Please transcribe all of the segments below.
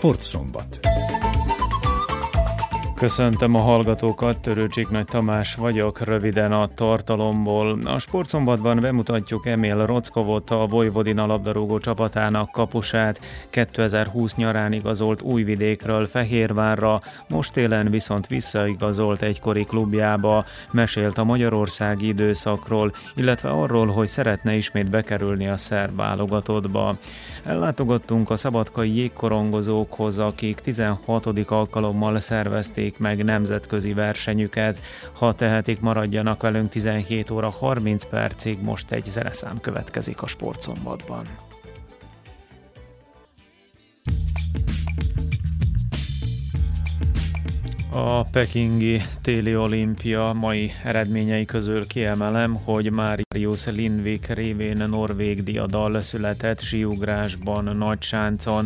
Sportszombat. Köszöntöm a hallgatókat, Törőcsik Nagy Tamás vagyok, röviden a tartalomból. A Sportszombatban bemutatjuk Emil Rockovot, a Vojvodina labdarúgó csapatának kapusát. 2020 nyarán igazolt Újvidékről Fehérvárra, most télen viszont visszaigazolt egykori klubjába. Mesélt a magyarországi időszakról, illetve arról, hogy szeretne ismét bekerülni a szerb válogatottba. Ellátogattunk a szabadkai jégkorongozókhoz, akik 16. alkalommal szervezték meg nemzetközi versenyüket. Ha tehetik, maradjanak velünk 17 óra 30 percig, most egy zeneszám következik a Sportszombatban. A pekingi téli olimpia mai eredményei közül kiemelem, hogy Marius Lindvik révén norvég diadal született síugrásban Nagysáncon.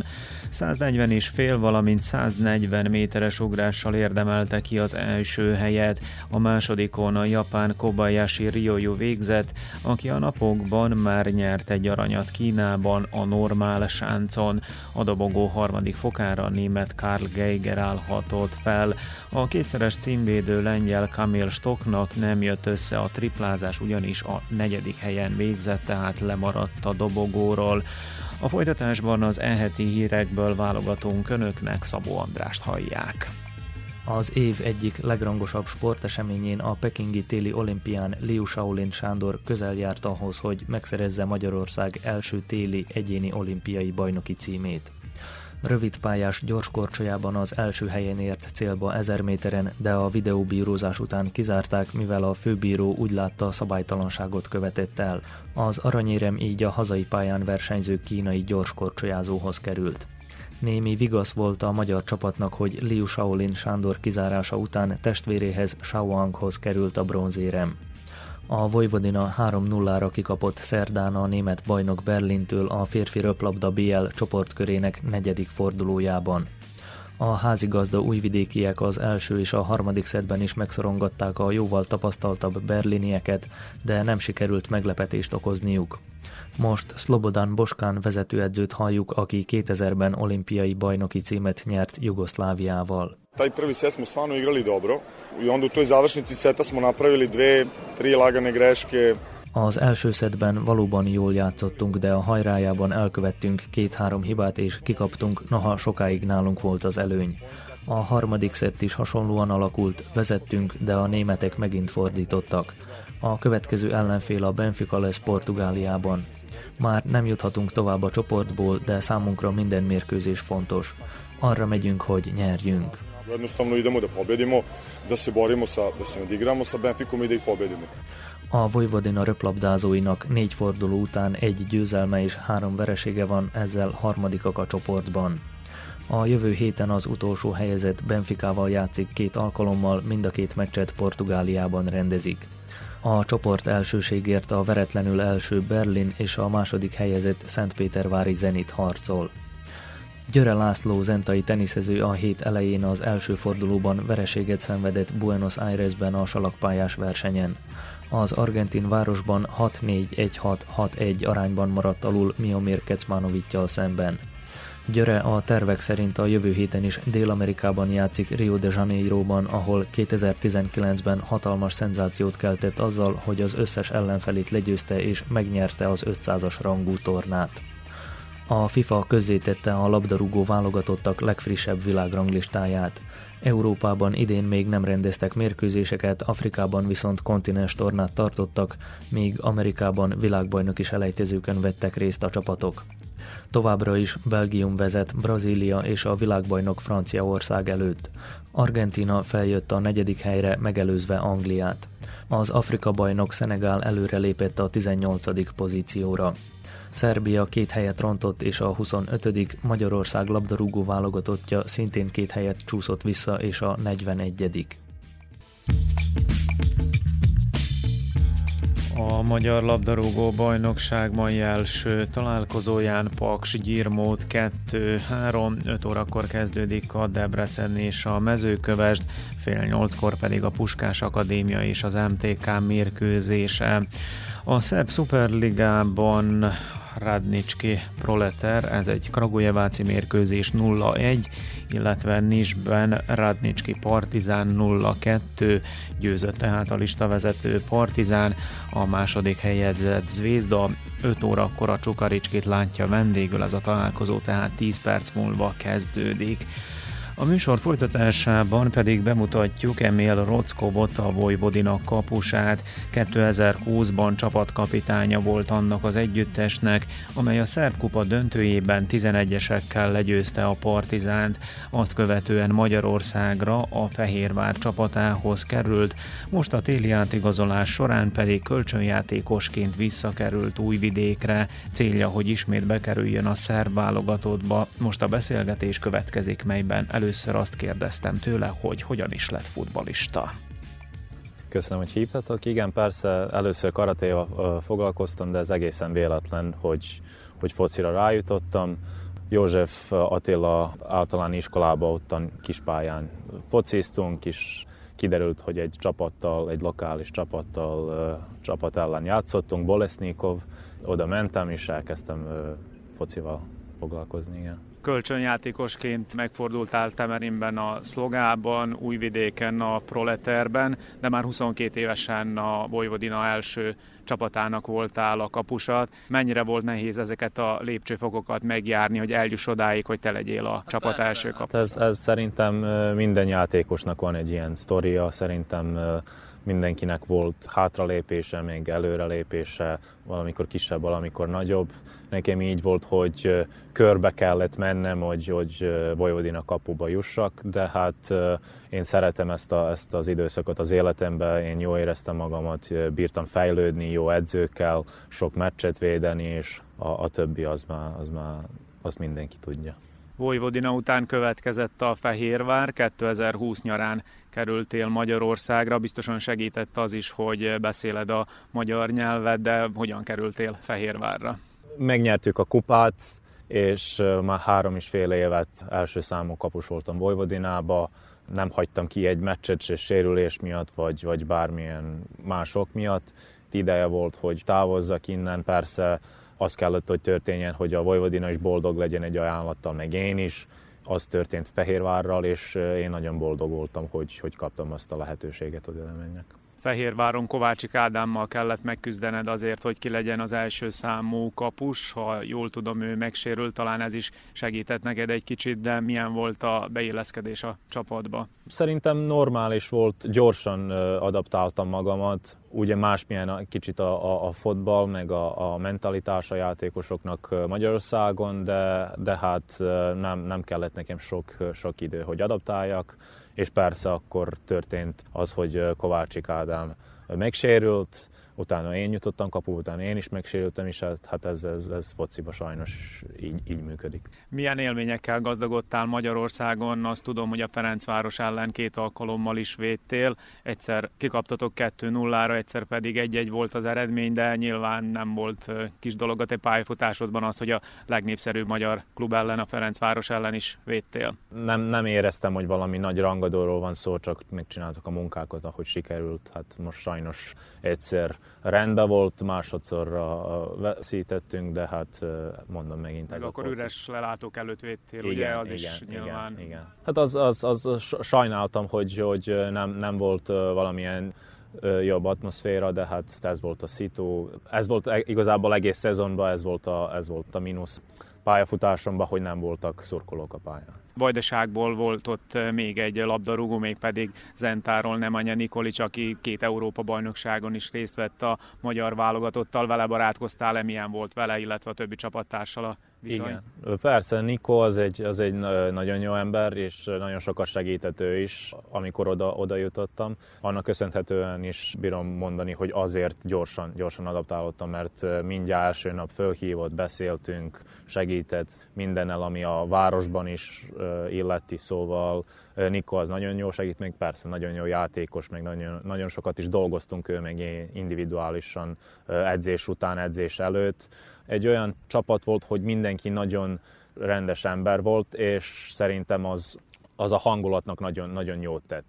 140,5, valamint 140 méteres ugrással érdemelte ki az első helyet. A másodikon a japán Kobayashi Ryoyu végzett, aki a napokban már nyert egy aranyat Kínában a normál sáncon. A dobogó harmadik fokára a német Karl Geiger állhatott fel. A kétszeres címvédő lengyel Kamil Stochnak nem jött össze a triplázás, ugyanis a 4. helyen végzett, tehát lemaradt a dobogóról. A folytatásban az e-heti hírekből válogatunk önöknek, Szabó Andrást hallják. Az év egyik legrangosabb sporteseményén, a pekingi téli olimpián Liu Shaolin Sándor közel járt ahhoz, hogy megszerezze Magyarország első téli egyéni olimpiai bajnoki címét. Rövidpályás gyorskorcsolyában az első helyen ért célba 1000 méteren, de a videóbírózás után kizárták, mivel a főbíró úgy látta, szabálytalanságot követett el. Az aranyérem így a hazai pályán versenyző kínai gyorskorcsolyázóhoz került. Némi vigasz volt a magyar csapatnak, hogy Liu Shaolin Sándor kizárása után testvéréhez Shaoanghoz került a bronzérem. A Vojvodina 3-0-ra kikapott szerdán a német bajnok Berlintől a férfi röplabda BL csoportkörének 4. fordulójában. A házigazda újvidékiek az első és a harmadik szettben is megszorongatták a jóval tapasztaltabb berlinieket, de nem sikerült meglepetést okozniuk. Most Slobodan Boškan vezetőedzőt halljuk, aki 2000-ben olimpiai bajnoki címet nyert Jugoszláviával. Taj prvi set smo stvarno igrali dobro i onda u toj završnici seta smo napravili 2-3 lagane greške. Az első szettben valóban jól játszottunk, de a hajrájában elkövettünk 2-3 hibát és kikaptunk, noha sokáig nálunk volt az előny. A harmadik szett is hasonlóan alakult, vezettünk, de a németek megint fordítottak. A következő ellenfél a Benfica lesz Portugáliában. Már nem juthatunk tovább a csoportból, de számunkra minden mérkőzés fontos. Arra megyünk, hogy nyerjünk. Jednostavno idemo da pobedimo, da se borimo da se nadigramo sa Benficom i da ih pobedimo. A Vojvodina röplabdázóinak 4 forduló után 1 győzelme és 3 veresége van, ezzel harmadikak a csoportban. A jövő héten az utolsó helyezett Benficával játszik 2 alkalommal, mind a 2 meccset Portugáliában rendezik. A csoport elsőségért a veretlenül első Berlin és a második helyezett Szentpétervári Zenit harcol. Györe László zentai teniszező a hét elején az első fordulóban vereséget szenvedett Buenos Airesben a salakpályás versenyen. Az argentin városban 6-4-1-6-6-1 arányban maradt alul Miomir Kecmanovittyal szemben. Györe a tervek szerint a jövő héten is Dél-Amerikában játszik Rio de Janeiroban, ahol 2019-ben hatalmas szenzációt keltett azzal, hogy az összes ellenfelét legyőzte és megnyerte az 500-as rangú tornát. A FIFA közzétette a labdarúgó válogatottak legfrissebb világranglistáját. Európában idén még nem rendeztek mérkőzéseket, Afrikában viszont kontinens tornát tartottak, míg Amerikában világbajnoki selejtezőkön vettek részt a csapatok. Továbbra is Belgium vezet Brazília és a világbajnok Franciaország előtt. Argentína feljött a 4. helyre, megelőzve Angliát. Az Afrika bajnok Szenegál előrelépett a 18. pozícióra. Szerbia 2 helyet rontott, és a 25. Magyarország labdarúgó válogatottja szintén 2 helyet csúszott vissza, és a 41. A Magyar Labdarúgó Bajnokság mai első találkozóján Paks Gyirmót 2-3, 5 órakor kezdődik a Debrecen és a Mezőkövesd, fél 8-kor pedig a Puskás Akadémia és az MTK mérkőzése. A szerb szuperligában Radnicki Proleter, ez egy kragujeváci mérkőzés 0-1, illetve Niszben Radnicki Partizán 0-2, győzött tehát a listavezető Partizán, a második helyezett Zvezda 5 órakor a Csukaricskit látja vendégül, ez a találkozó tehát 10 perc múlva kezdődik. A műsor folytatásában pedig bemutatjuk Emil Rockovot, a Vojvodina kapusát. 2020-ban csapatkapitánya volt annak az együttesnek, amely a Szerb Kupa döntőjében 11-esekkel legyőzte a Partizánt. Azt követően Magyarországra, a Fehérvár csapatához került, most a téli átigazolás során pedig kölcsönjátékosként visszakerült Újvidékre. Célja, hogy ismét bekerüljön a szerb válogatottba. Most a beszélgetés következik, melyben először azt kérdeztem tőle, hogy hogyan is lett futballista. Köszönöm, hogy hívtatok. Igen, persze először karatéval foglalkoztam, de ez egészen véletlen, hogy focira rájutottam. József Attila általáni iskolába ottan kispályán fociztunk, és kiderült, hogy egy lokális csapat ellen játszottunk, Bolesnikov. Oda mentem, és elkezdtem focival foglalkozni. Igen. Kölcsönjátékosként megfordultál Temerinben a Szlogában, Újvidéken a Proleterben, de már 22 évesen a Vojvodina első csapatának voltál a kapusat. Mennyire volt nehéz ezeket a lépcsőfokokat megjárni, hogy eljuss odáig, hogy te legyél a csapat első kapusa? Ez szerintem minden játékosnak van egy ilyen sztoria, szerintem mindenkinek volt hátralépése, még előrelépése, valamikor kisebb, valamikor nagyobb. Nekem így volt, hogy körbe kellett mennem, hogy Vojvodina kapuba jussak, de hát én szeretem ezt az időszakot az életemben, én jól éreztem magamat, bírtam fejlődni jó edzőkkel, sok meccset védeni, és a többi azt mindenki tudja. Vojvodina után következett a Fehérvár, 2020 nyarán kerültél Magyarországra, biztosan segített az is, hogy beszéled a magyar nyelvet, de hogyan kerültél Fehérvárra? Megnyertük a kupát, és már 3,5 évet első számú kapus voltam Vojvodinába, nem hagytam ki egy meccset se sérülés miatt, vagy bármilyen mások miatt. Ideje volt, hogy távozzak innen, persze az kellett, hogy történjen, hogy a Vojvodina is boldog legyen egy ajánlattal, meg én is. Az történt Fehérvárral, és én nagyon boldog voltam, hogy kaptam azt a lehetőséget, hogy oda menjek. Fehérváron Kovácsik Ádámmal kellett megküzdened azért, hogy ki legyen az első számú kapus. Ha jól tudom, ő megsérült, talán ez is segített neked egy kicsit, de milyen volt a beilleszkedés a csapatba? Szerintem normális volt, gyorsan adaptáltam magamat. Ugye másmilyen kicsit a fotball, meg a mentalitás a játékosoknak Magyarországon, de hát nem kellett nekem sok idő, hogy adaptáljak. És persze akkor történt az, hogy Kovácsik Ádám megsérült, utána én jutottam kapu, utána én is megsérültem, és hát ez fociba sajnos így működik. Milyen élményekkel gazdagodtál Magyarországon? Azt tudom, hogy a Ferencváros ellen 2 alkalommal is védtél. Egyszer kikaptatok 2-0-ra, egyszer pedig 1-1 volt az eredmény, de nyilván nem volt kis dolog a te pályafutásodban az, hogy a legnépszerűbb magyar klub ellen, a Ferencváros ellen is védtél. Nem éreztem, hogy valami nagy rangadóról van szó, csak megcsináltuk a munkákat, ahogy sikerült. Hát most sajnos egyszer rendben volt, másodszorra veszítettünk, de hát mondom megint ez akkor üres lelátók előtt védtél, igen, ugye az is nyilván. Igen. Hát az sajnáltam, hogy nem volt valamilyen jobb atmoszféra, de hát ez volt a szitu. Ez volt igazából egész szezonban, ez volt a mínusz pályafutásomban, hogy nem voltak szurkolók a pályán. Vajdaságból volt ott még egy labdarúgó, még pedig Zentáról Nemanja Nikolic, aki 2 Európa-bajnokságon is részt vett a magyar válogatottal. Vele barátkoztál-e, milyen volt vele, illetve a többi csapattársal a viszony? Igen. Persze, Niko az egy nagyon jó ember, és nagyon sokat segített ő is, amikor oda jutottam. Annak köszönhetően is bírom mondani, hogy azért gyorsan adaptálódtam, mert mindjárt első nap fölhívott, beszéltünk, segített mindennel, ami a városban is illeti, szóval Niko az nagyon jó segít, még persze nagyon jó játékos, meg nagyon sokat is dolgoztunk ő meg individuálisan edzés után, edzés előtt. Egy olyan csapat volt, hogy mindenki nagyon rendes ember volt, és szerintem az a hangulatnak nagyon, nagyon jót tett.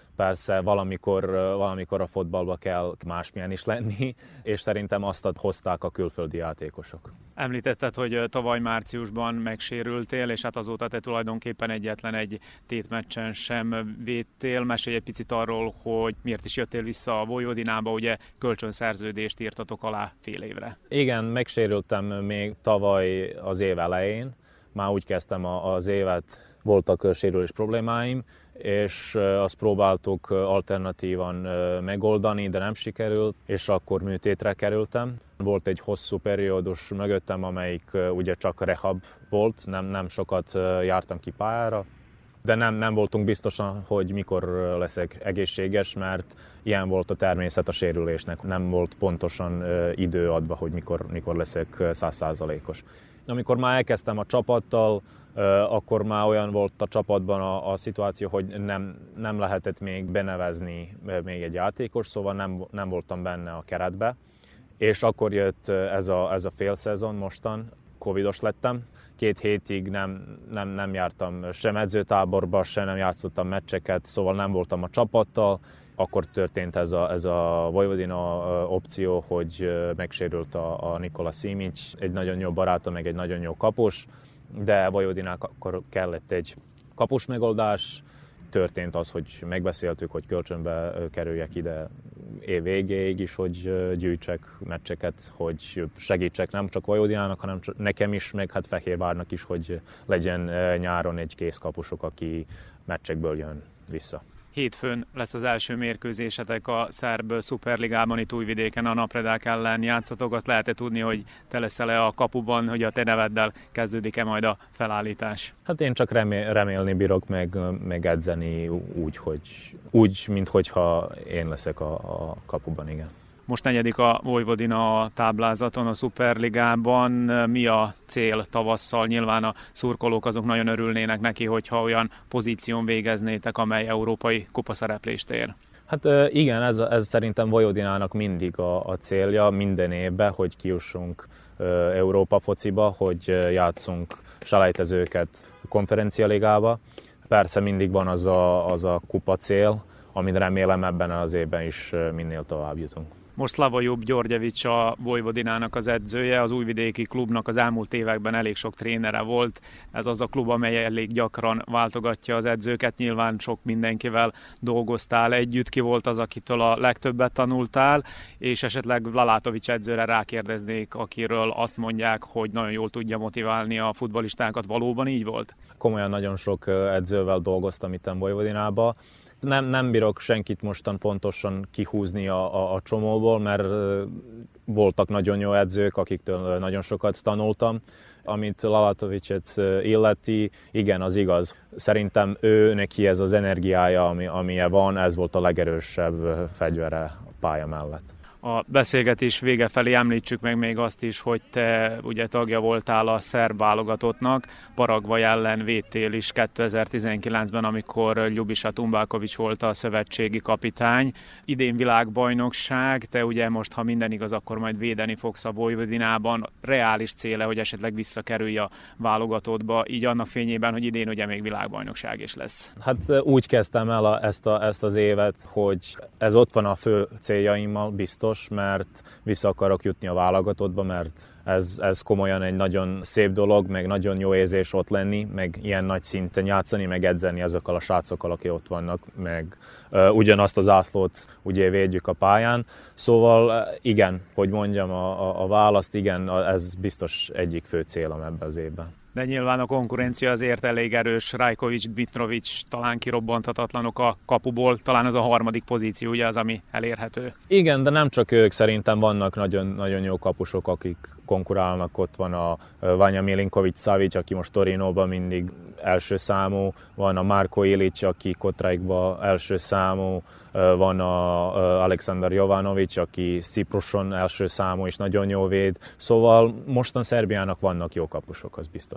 Persze valamikor a fotballba kell másmilyen is lenni, és szerintem azt hozták a külföldi játékosok. Említetted, hogy tavaly márciusban megsérültél, és hát azóta te tulajdonképpen egyetlen egy tétmeccsen sem védtél. Mesélj egy picit arról, hogy miért is jöttél vissza a Vojvodinába, ugye kölcsönszerződést írtatok alá fél évre. Igen, megsérültem még tavaly az év elején, már úgy kezdtem az évet, voltak sérülés problémáim, és azt próbáltuk alternatívan megoldani, de nem sikerült, és akkor műtétre kerültem. Volt egy hosszú periódus mögöttem, amelyik ugye csak rehab volt, nem sokat jártam ki pályára, de nem voltunk biztosan, hogy mikor leszek egészséges, mert ilyen volt a természet a sérülésnek. Nem volt pontosan idő adva, hogy mikor leszek 100%-os. Amikor már elkezdtem a csapattal, akkor már olyan volt a csapatban a szituáció, hogy nem lehetett még benevezni még egy játékos, szóval nem voltam benne a keretbe. És akkor jött ez a fél szezon mostan, covidos lettem. 2 hétig nem jártam sem edzőtáborba, sem nem játszottam meccseket, szóval nem voltam a csapattal. Akkor történt ez a Vojvodina opció, hogy megsérült a Nikola Simic, egy nagyon jó barátom, meg egy nagyon jó kapus, de Vojvodinának akkor kellett egy kapus megoldás. Történt az, hogy megbeszéltük, hogy kölcsönbe kerüljek ide év végéig is, hogy gyűjtsek meccseket, hogy segítsek nem csak Vojvodinának, hanem nekem is, meg hát Fehérvárnak is, hogy legyen nyáron egy készkapusok, aki meccsekből jön vissza. Hétfőn lesz az első mérkőzésetek a szerb szuperligában, itt Újvidéken a Napredák ellen játszatok. Azt lehet tudni, hogy te leszel-e a kapuban, hogy a te neveddel kezdődik-e majd a felállítás? Hát én csak remélni bírok, meg edzeni úgy, minthogyha én leszek a kapuban, igen. Most 4. a Vojvodina a táblázaton a Szuperligában. Mi a cél tavasszal? Nyilván a szurkolók azok nagyon örülnének neki, hogyha olyan pozíción végeznétek, amely európai kupaszereplést ér. Hát igen, ez szerintem Vojvodinának mindig a célja minden évben, hogy kijussunk Európa fociba, hogy játszunk selejtezőket konferencialigába. Persze mindig van az a kupa cél, amit remélem ebben az évben is minél tovább jutunk. Most Slavojub Györgyevics a Vojvodinának az edzője, az újvidéki klubnak az elmúlt években elég sok trénere volt. Ez az a klub, amely elég gyakran váltogatja az edzőket. Nyilván sok mindenkivel dolgoztál együtt. Ki volt az, akitől a legtöbbet tanultál, és esetleg Vlalátovics edzőre rákérdeznék, akiről azt mondják, hogy nagyon jól tudja motiválni a futballistákat. Valóban így volt? Komolyan nagyon sok edzővel dolgoztam itt a Vojvodinában. Nem bírok senkit mostan pontosan kihúzni a csomóból, mert voltak nagyon jó edzők, akiktől nagyon sokat tanultam. Amit Lalatovicsot illeti, igen, az igaz. Szerintem neki ez az energiája, amilyen van, ez volt a legerősebb fegyvere a pálya mellett. A beszélgetés vége felé említsük meg még azt is, hogy te ugye tagja voltál a szerb válogatottnak, Paraguay ellen védtél is 2019-ben, amikor Ljubiša Tumbákovics volt a szövetségi kapitány. Idén világbajnokság, te ugye most, ha minden igaz, akkor majd védeni fogsz a Vojvodinában. Reális céle, hogy esetleg visszakerülj a válogatottba, így annak fényében, hogy idén ugye még világbajnokság is lesz. Hát úgy kezdtem el ezt az évet, hogy ez ott van a fő céljaimmal, biztos, mert vissza akarok jutni a válogatottba, mert ez komolyan egy nagyon szép dolog, meg nagyon jó érzés ott lenni, meg ilyen nagy szinten játszani, meg edzeni azokkal a srácokkal, akik ott vannak, meg ugyanazt az zászlót ugye védjük a pályán. Szóval igen, hogy mondjam a választ, igen, ez biztos egyik fő célom ebben az évben. De nyilván a konkurencia azért elég erős, Rajkovics, Dmitrovics talán kirobbanthatatlanok a kapuból, talán az a 3. pozíció ugye az, ami elérhető. Igen, de nem csak ők, szerintem vannak nagyon, nagyon jó kapusok, akik konkurálnak, ott van a Vanja Milinković-Savić, aki most Torinóban mindig első számú, van a Marko Ilić, aki Kotraikban első számú, van a Aleksandar Jovanović, aki Cipruson első számú és nagyon jó véd. Szóval mostan Szerbiának vannak jó kapusok, az biztos.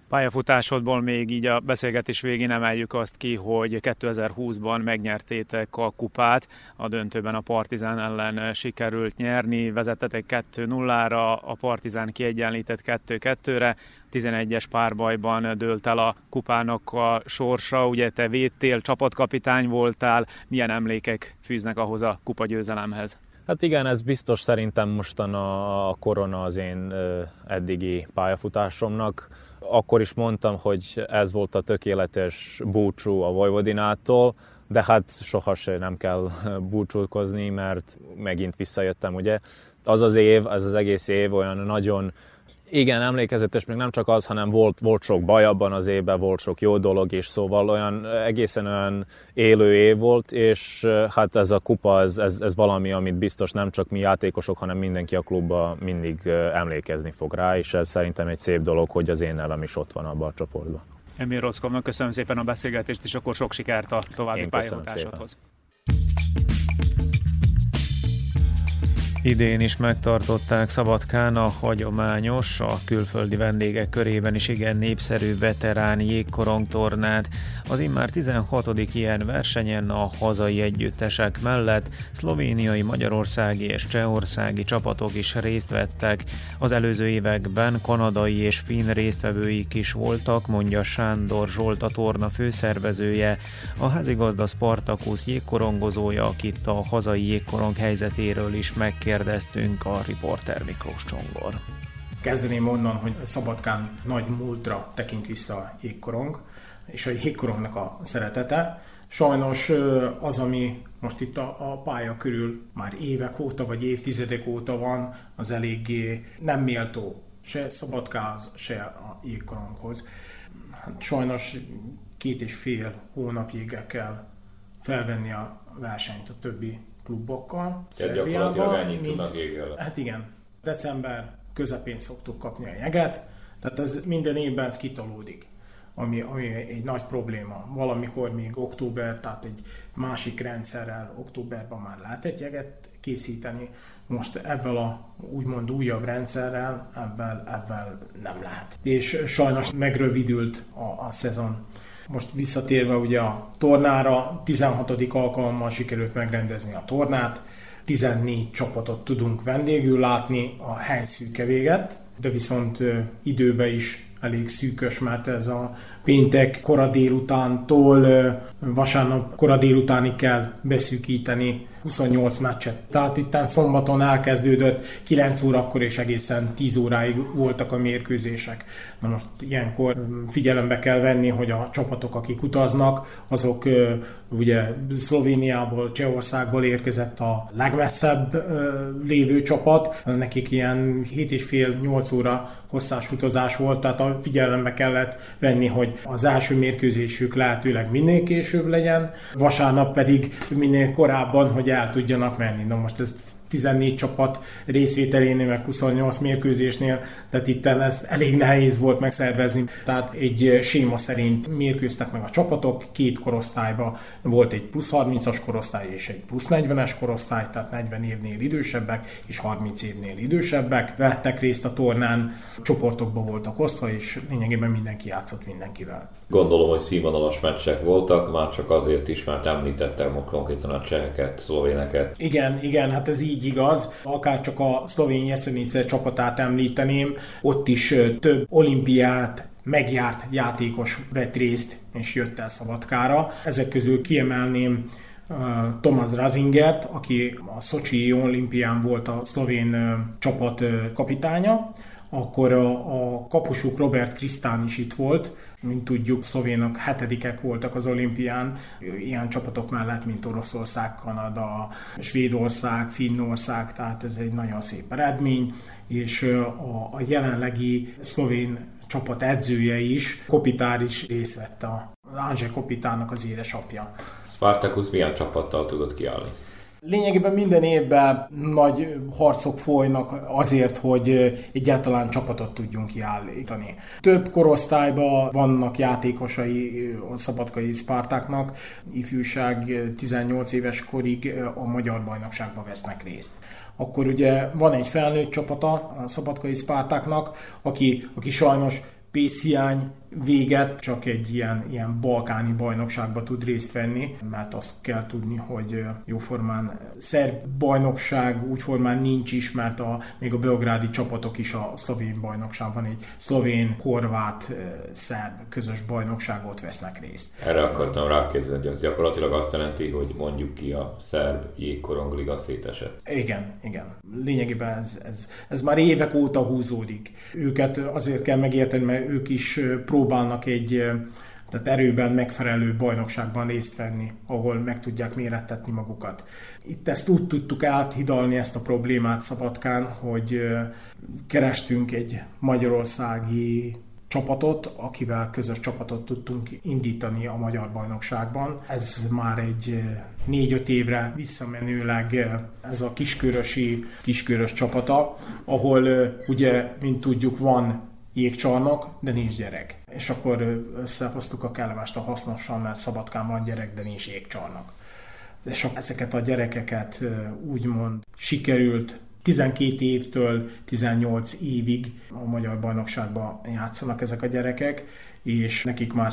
Pályafutásodból még így a beszélgetés végén emeljük azt ki, hogy 2020-ban megnyertétek a kupát, a döntőben a Partizán ellen sikerült nyerni, vezettetek 2-0-ra, a Partizán kiegyenlített 2-2-re, 11-es párbajban dőlt el a kupának a sorsa, ugye te védtél, csapatkapitány voltál, milyen emlékek fűznek ahhoz a kupagyőzelemhez? Hát igen, ez biztos szerintem mostan a korona az én eddigi pályafutásomnak. Akkor is mondtam, hogy ez volt a tökéletes búcsú a Vojvodinától, de hát sohasem nem kell búcsúkozni, mert megint visszajöttem, ugye. Az az év, ez az egész év olyan nagyon, igen, emlékezetes, még nem csak az, hanem volt sok baj abban az évben, volt sok jó dolog, és szóval olyan egészen olyan élő év volt, és hát ez a kupa, ez valami, amit biztos nem csak mi játékosok, hanem mindenki a klubban mindig emlékezni fog rá, és ez szerintem egy szép dolog, hogy az én nevem is ott van abban a csoportban. Emil Rockovnak köszönöm szépen a beszélgetést, és akkor sok sikert a további pályafutásodhoz. Idén is megtartották Szabadkán a hagyományos, a külföldi vendégek körében is igen népszerű veterán jégkorongtornát. Az immár 16. ilyen versenyen a hazai együttesek mellett szlovéniai, magyarországi és csehországi csapatok is részt vettek. Az előző években kanadai és finn résztvevőik is voltak, mondja Sándor Zsolt, a torna főszervezője, a házigazda Spartacus jégkorongozója, akit a hazai jégkorong helyzetéről is megkérdeztünk, a riporter Miklós Csongor. Kezdeném onnan, hogy Szabadkán nagy múltra tekint vissza a jégkorong, és a jégkorongnak a szeretete. Sajnos az, ami most itt a pálya körül már évek óta, vagy évtizedek óta van, az eléggé nem méltó se Szabadkához, se a jégkoronghoz. Sajnos 2,5 hónapig kell felvenni a versenyt a többi klubokkal, Szerbiában. Hát igen, december közepén szoktuk kapni a jeget, tehát ez minden évben ez kitolódik, ami egy nagy probléma. Valamikor még október, tehát egy másik rendszerrel októberben már lehet egy jeget készíteni, most ezzel a úgymond újabb rendszerrel ebben nem lehet. És sajnos megrövidült a szezon. Most visszatérve ugye a tornára, 16. alkalommal sikerült megrendezni a tornát, 14 csapatot tudunk vendégül látni, a hely szűke véget, de viszont időben is elég szűkös, mert ez a péntek kora délutántól vasárnap kora délutánig kell beszűkíteni 28 meccset. Tehát itten szombaton elkezdődött 9 órakor és egészen 10 óráig voltak a mérkőzések. Na most ilyenkor figyelembe kell venni, hogy a csapatok, akik utaznak, azok ugye Szlovéniából, Csehországból érkezett a legmesszebb lévő csapat. Nekik ilyen 7,5-8 óra hosszás utazás volt, tehát figyelembe kellett venni, hogy az első mérkőzésük lehetőleg minél később legyen, vasárnap pedig minél korábban, hogy el tudjanak menni. Na most ezt 14 csapat részvételénél, meg 28 mérkőzésnél, tehát itt ezt elég nehéz volt megszervezni. Tehát egy séma szerint mérkőztek meg a csapatok, 2 korosztályban volt egy plusz 30-as korosztály és egy plusz 40-es korosztály, tehát 40 évnél idősebbek és 30 évnél idősebbek. Vettek részt a tornán, csoportokba voltak osztva, és lényegében mindenki játszott mindenkivel. Gondolom, hogy színvonalas meccsek voltak, már csak azért is, mert említettem konkrétan a cseheket, szlovéneket. Igen, hát ez így igaz. Akár csak a szlovén Jesenice csapatát említeném, ott is több olimpiát megjárt játékos vett részt és jött el Szabadkára. Ezek közül kiemelném Tomáš Razingert, aki a Szocsi olimpián volt a szlovén csapat kapitánya. Akkor a kapusuk Robert Krisztán is itt volt. Mint tudjuk, szlovénok 7-ek voltak az olimpián, ilyen csapatok mellett, mint Oroszország, Kanada, Svédország, Finnország, tehát ez egy nagyon szép eredmény, és a jelenlegi szlovén csapat edzője is, Kopitár is részt vett, az Anže Kopitárnak az édesapja. Spartacus milyen csapattal tudott kiállni? Lényegében minden évben nagy harcok folynak azért, hogy egyáltalán csapatot tudjunk kiállítani. Több korosztályban vannak játékosai a szabadkai Spartáknak, ifjúság 18 éves korig a magyar bajnokságban vesznek részt. Akkor ugye van egy felnőtt csapata a szabadkai Spartáknak, aki sajnos pénzhiány véget, csak egy ilyen balkáni bajnokságba tud részt venni, mert azt kell tudni, hogy jóformán szerb bajnokság úgyformán nincs is, mert még a beográdi csapatok is a szlovén bajnokságban egy szlovén-horvát-szerb közös bajnokságot vesznek részt. Erre akartam rákérdezni, hogy az gyakorlatilag azt jelenti, hogy mondjuk ki a szerb jégkorongliga szétesett. Igen. Lényegében ez már évek óta húzódik. Őket azért kell megérteni, mert ők is próbálnak tehát erőben megfelelő bajnokságban részt venni, ahol meg tudják mérettetni magukat. Itt ezt úgy tudtuk áthidalni, ezt a problémát Szabadkán, hogy kerestünk egy magyarországi csapatot, akivel közös csapatot tudtunk indítani a magyar bajnokságban. Ez már egy 4-5 évre visszamenőleg ez a kiskörös csapata, ahol ugye, mint tudjuk, van jégcsarnok, de nincs gyerek. És akkor összehoztuk a kellemest a hasznossal, mert Szabadkán van gyerek, de nincs jégcsarnok. És ezeket a gyerekeket úgymond sikerült 12 évtől 18 évig a magyar bajnokságban játszanak ezek a gyerekek, és nekik már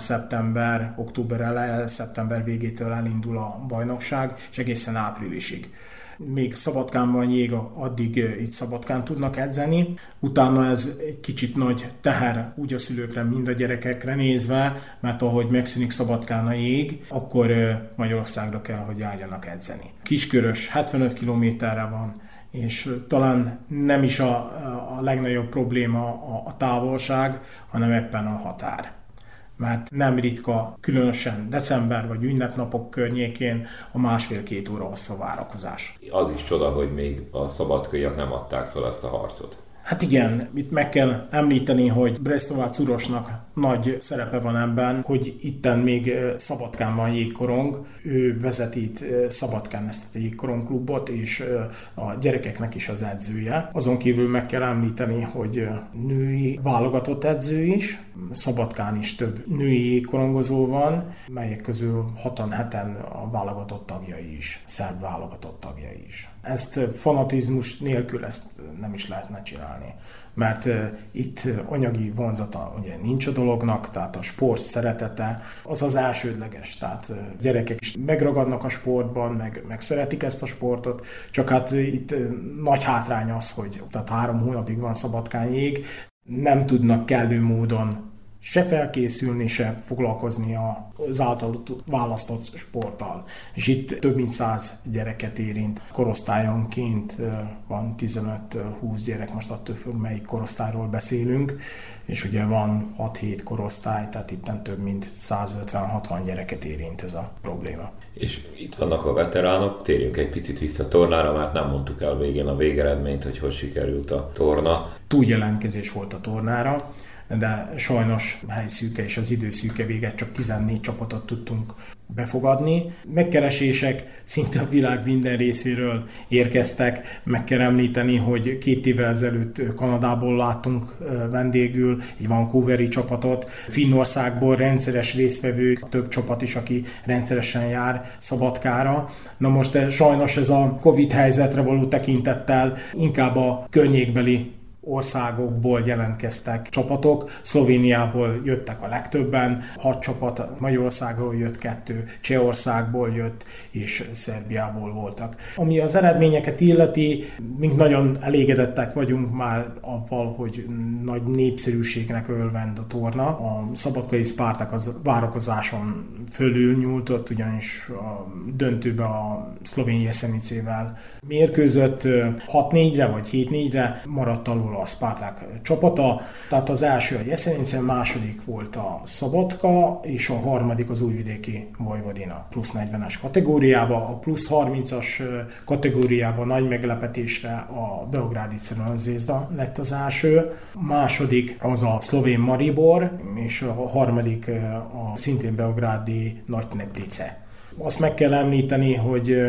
október eleje, szeptember végétől elindul a bajnokság, és egészen áprilisig. Még Szabadkán van jég, addig itt Szabadkán tudnak edzeni. Utána ez egy kicsit nagy teher úgy a szülőkre, mind a gyerekekre nézve, mert ahogy megszűnik Szabadkán a jég, akkor Magyarországra kell, hogy járjanak edzeni. Kiskörös 75 kilométerre van, és talán nem is a legnagyobb probléma a távolság, hanem éppen a határ. Mert nem ritka, különösen december vagy ünnepnapok környékén a 1,5-2 óra hosszú várakozás. Az is csoda, hogy még a szabadkaiak nem adták fel ezt a harcot. Hát igen, itt meg kell említeni, hogy Brestovac Urosnak nagy szerepe van ebben, hogy itten még Szabadkán van jégkorong, ő vezeti itt Szabadkán ezt a jégkorong klubot, és a gyerekeknek is az edzője. Azon kívül meg kell említeni, hogy női válogatott edző is, Szabadkán is több női jégkorongozó van, melyek közül 6-7 a válogatott tagjai is, szerb válogatott tagjai is. Ezt fanatizmus nélkül ezt nem is lehetne csinálni, mert itt anyagi vonzata ugye nincs a dolognak, tehát a sport szeretete az az elsődleges, tehát gyerekek is megragadnak a sportban, meg szeretik ezt a sportot, csak hát itt nagy hátrány az, hogy tehát 3 hónapig van Szabadkán jég, nem tudnak kellő módon se felkészülni, se foglalkozni az általuk választott sporttal. És itt több mint 100 gyereket érint. Korosztályonként van 15-20 gyerek, most attól függ, melyik korosztályról beszélünk, és ugye van 6-7 korosztály, tehát itt több mint 150-60 gyereket érint ez a probléma. És itt vannak a veteránok, térjünk egy picit vissza a tornára, mert nem mondtuk el végén a végeredményt, hogy sikerült a torna. Túljelentkezés volt a tornára, de sajnos helyszűke és az időszűke véget csak 14 csapatot tudtunk befogadni. Megkeresések szinte a világ minden részéről érkeztek. Meg kell említeni, hogy 2 évvel ezelőtt Kanadából láttunk vendégül egy vancouveri csapatot. Finnországból rendszeres résztvevők, több csapat is, aki rendszeresen jár Szabadkára. Na most sajnos ez a Covid helyzetre való tekintettel inkább a környékbeli országokból jelentkeztek csapatok. Szlovéniából jöttek a legtöbben, 6 csapat, Magyarországról jött 2, Csehországból jött, és Szerbiából voltak. Ami az eredményeket illeti, mink nagyon elégedettek vagyunk már avval, hogy nagy népszerűségnek örvend a torna. A szabadkai Spartak az várakozáson fölül nyújtott, ugyanis a döntőbe a szlovén Jesenicével mérkőzött, 6-4-re vagy 7-4-re maradt alul a Spartak csapata, tehát az első a Jesenice, második volt a Szabadka, és a harmadik az újvidéki Vojvodina plusz 40-es kategóriába. A plusz 30-as kategóriában nagy meglepetésre a beográdi Crvena Zvezda lett az első, a második az a szlovén Maribor, és a harmadik a szintén beográdi Nagyneptice. Azt meg kell említeni, hogy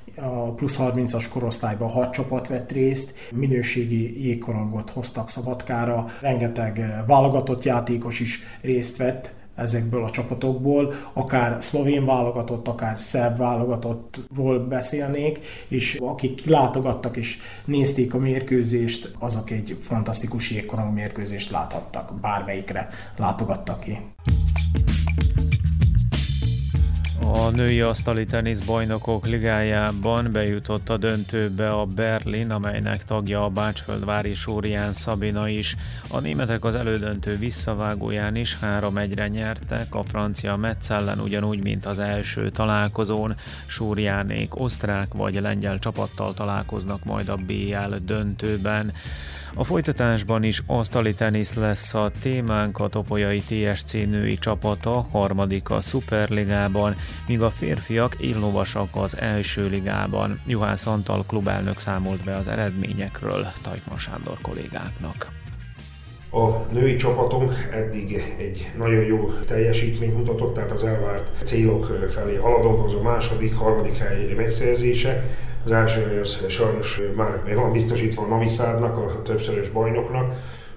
a plusz 30-as korosztályban 6 csapat vett részt, minőségi jégkorongot hoztak Szabadkára, rengeteg válogatott játékos is részt vett ezekből a csapatokból, akár szlovén válogatott, akár szerb válogatottról beszélnék, és akik látogattak és nézték a mérkőzést, azok egy fantasztikus jégkorong mérkőzést láthattak, bármelyikre látogattak ki. A női asztali tenisz bajnokok ligájában bejutott a döntőbe a Berlin, amelynek tagja a bácsföldvári Sórián Szabina is. A németek az elődöntő visszavágóján is 3-1-re nyertek, a francia Metz ellen ugyanúgy, mint az első találkozón. Sóriánék osztrák vagy lengyel csapattal találkoznak majd a BL döntőben. A folytatásban is asztali tenisz lesz a témánk, a topolyai TSC női csapata harmadik a Szuperligában, míg a férfiak éllovasak az első ligában. Juhász Antal klubelnök számolt be az eredményekről Tajkman Sándor kollégáknak. A női csapatunk eddig egy nagyon jó teljesítményt mutatott, tehát az elvárt célok felé haladunk, az a második, harmadik hely megszerzése. Az első hely az sajnos már van biztosítva a Novi Sadnak, a többszörös bajnoknak.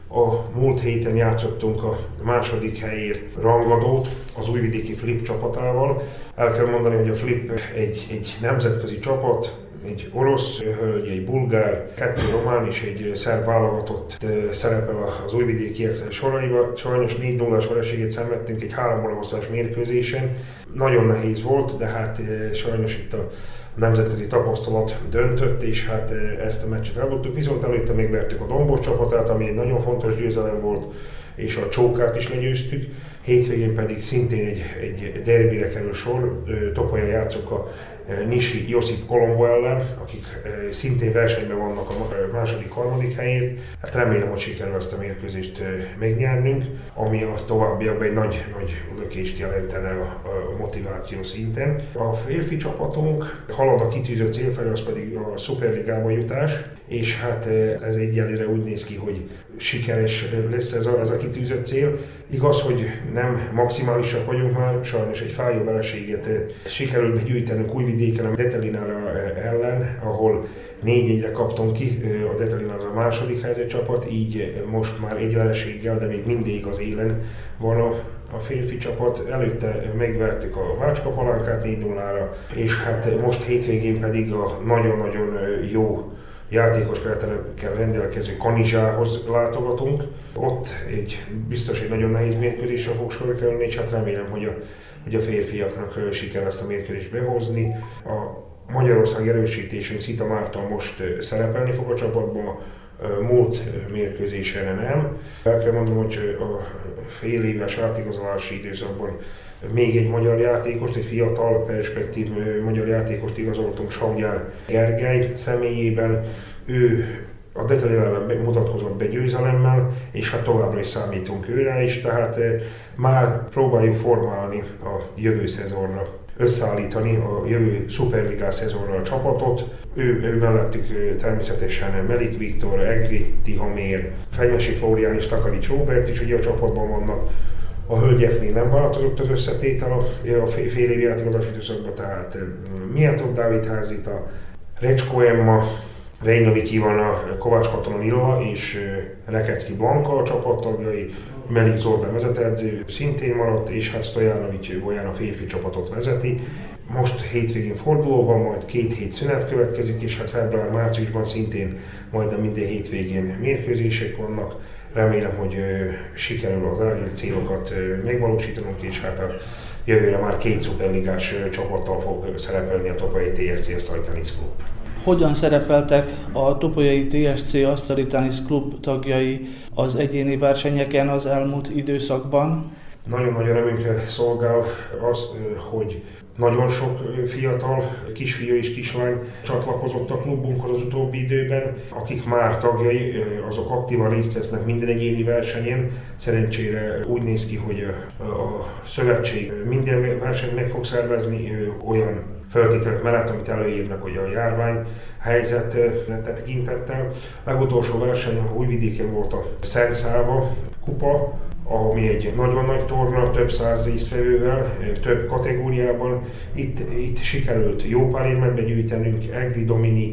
A múlt héten játszottunk a második helyért rangadót az újvidéki Flip csapatával. El kell mondani, hogy a Flip egy nemzetközi csapat, egy orosz hölgy, egy bulgár, 2 román és egy szerb válogatott szerepel az újvidékiek soraiba. Sajnos 4-0-as vereséget szenvedtünk egy 3 óra hosszás mérkőzésen. Nagyon nehéz volt, de hát sajnos itt a nemzetközi tapasztalat döntött, és hát ezt a meccset elbuktuk. Viszont előtte még vertük a Dombos csapatát, ami egy nagyon fontos győzelem volt, és a Csókát is legyőztük. Hétvégén pedig szintén egy derbire kerül sor, Topolyan játszunk a Nisi Josip Colombo ellen, akik szintén versenyben vannak a második, harmadik helyért. Hát remélem, hogy sikerül ezt a mérkőzést megnyernünk, ami a továbbiakban egy nagy lökést jelentene a motiváció szinten. A férfi csapatunk halad a kitűzött cél felé, az pedig a Szuperligába jutás, és hát ez egyelőre úgy néz ki, hogy sikeres lesz ez a kitűzött cél. Igaz, hogy nem maximálisak vagyunk már, sajnos egy fájó vereséget sikerült begyűjtenünk Újvidéken a Detelinára ellen, ahol 4-1-re kaptunk ki, a Detelinára a második helyzet csapat, így most már egy vereséggel, de még mindig az élen van a férfi csapat. Előtte megvertük a Bácska Palánkát 4-0-ra, és hát most hétvégén pedig a nagyon-nagyon jó játékos keretekkel rendelkező Kanizsához látogatunk. Ott biztos egy nagyon nehéz mérkőzésre fog sor kerülni, és hát remélem, hogy a férfiaknak sikerül ezt a mérkőzést behozni. A Magyarország erősítésünk Szita Márton most szerepelni fog a csapatban, múlt mérkőzésen nem. El kell mondanom, hogy a fél éves átigazolási időszakban még egy magyar játékost, egy fiatal, perspektív magyar játékost igazoltunk Saudján Gergely személyében. Ő a Detelinára mutatkozott be győzelemmel, és hát továbbra is számítunk őre is, tehát már próbáljuk formálni a jövő szezonra, összeállítani a jövő szuperligás szezonra a csapatot. Ő mellettük természetesen Melik Viktor, Egri Tihamér, Fegymesi Flórián és Takarics Róbert is ugye a csapatban vannak. A hölgyeknél nem változott az összetétel a fél évi átigazolási időszakban, tehát Miatov Dávid Házita, Recsko Emma, Vejnovics Ivana, Kovács Katona Illa és Rekecki Blanka a csapattagjai, Melik Zoltán vezetőedző szintén maradt, és hát Stojanovics Bolyán a férfi csapatot vezeti. Most hétvégén forduló van, majd 2 hét szünet következik, és hát február-márciusban szintén majdnem minden hétvégén mérkőzések vannak. Remélem, hogy sikerül az elért célokat megvalósítanunk, és hát a jövőre már 2 szuperligás csapattal fog szerepelni a Topolyai TSC Asztali Tenisz Klub. Hogyan szerepeltek a Topolyai TSC Asztali Tenisz Klub tagjai az egyéni versenyeken az elmúlt időszakban? Nagyon-nagyon örömünkre szolgál az, hogy nagyon sok fiatal kisfiú és kislány csatlakozott a klubunkhoz az utóbbi időben, akik már tagjai, azok aktívan részt vesznek minden egyéni versenyen. Szerencsére úgy néz ki, hogy a szövetség minden versenyt meg fog szervezni olyan feltételek mellett, amit előírnak, hogy a járvány helyzetre tekintettel. Legutolsó verseny Újvidéken volt a Szent Száva kupa, ami egy nagyon nagy torna, több 100 résztvevővel, több kategóriában. Itt sikerült jó pár érmet begyűjtenünk, Egri Dominik,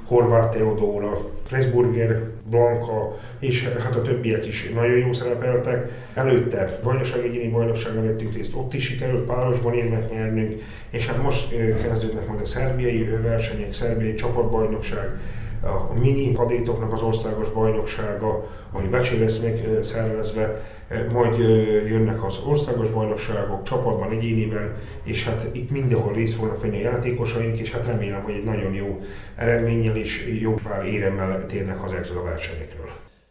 Horváth Teodóra, Pressburger, Blanka, és hát a többiek is nagyon jó szerepeltek. Előtte Vajdaság egyéni bajnokságon vettünk részt, ott is sikerült párosban érmet nyernünk, és hát most kezdődnek majd a szerbiai versenyek, szerbiai csapatbajnokság, a mini kadétoknak az országos bajnoksága, ami Becsén lesz még szervezve, majd jönnek az országos bajnokságok csapatban, egyéniben, és hát itt mindenhol részt fognak venni a játékosaink, és hát remélem, hogy egy nagyon jó eredménnyel és jó pár éremmel térnek haza ezekről a versenyekről.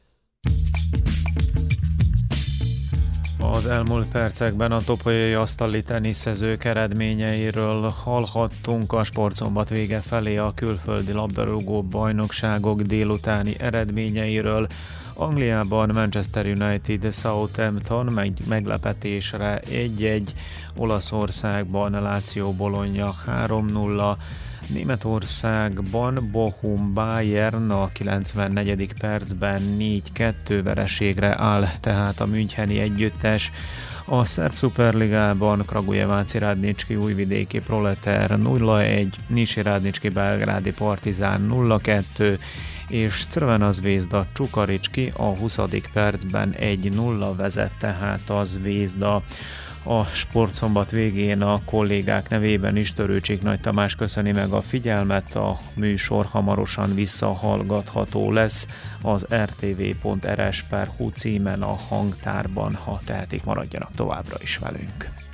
Az elmúlt percekben a topolyai asztali teniszezők eredményeiről hallhattunk, a Sportszombat vége felé a külföldi labdarúgó bajnokságok délutáni eredményeiről. Angliában Manchester United Southampton meglepetésre 1-1, Olaszországban Lazio Bologna 3-0, Németországban Bochum Bayern a 94. percben 4-2 vereségre áll tehát a müncheni együttes. A szerb szuperligában Kragujevac Radnicski Újvidéki Proleter 0-1, Niši Radnicski Belgrádi Partizán 0-2, és Crvena Zvezda Čukarički a 20. percben 1-0 vezet tehát a Zvezda. A Sportszombat végén a kollégák nevében is Törőcsik Nagy Tamás köszöni meg a figyelmet, a műsor hamarosan visszahallgatható lesz az rtv.rs.hu címen a hangtárban, ha tehetik, maradjanak továbbra is velünk.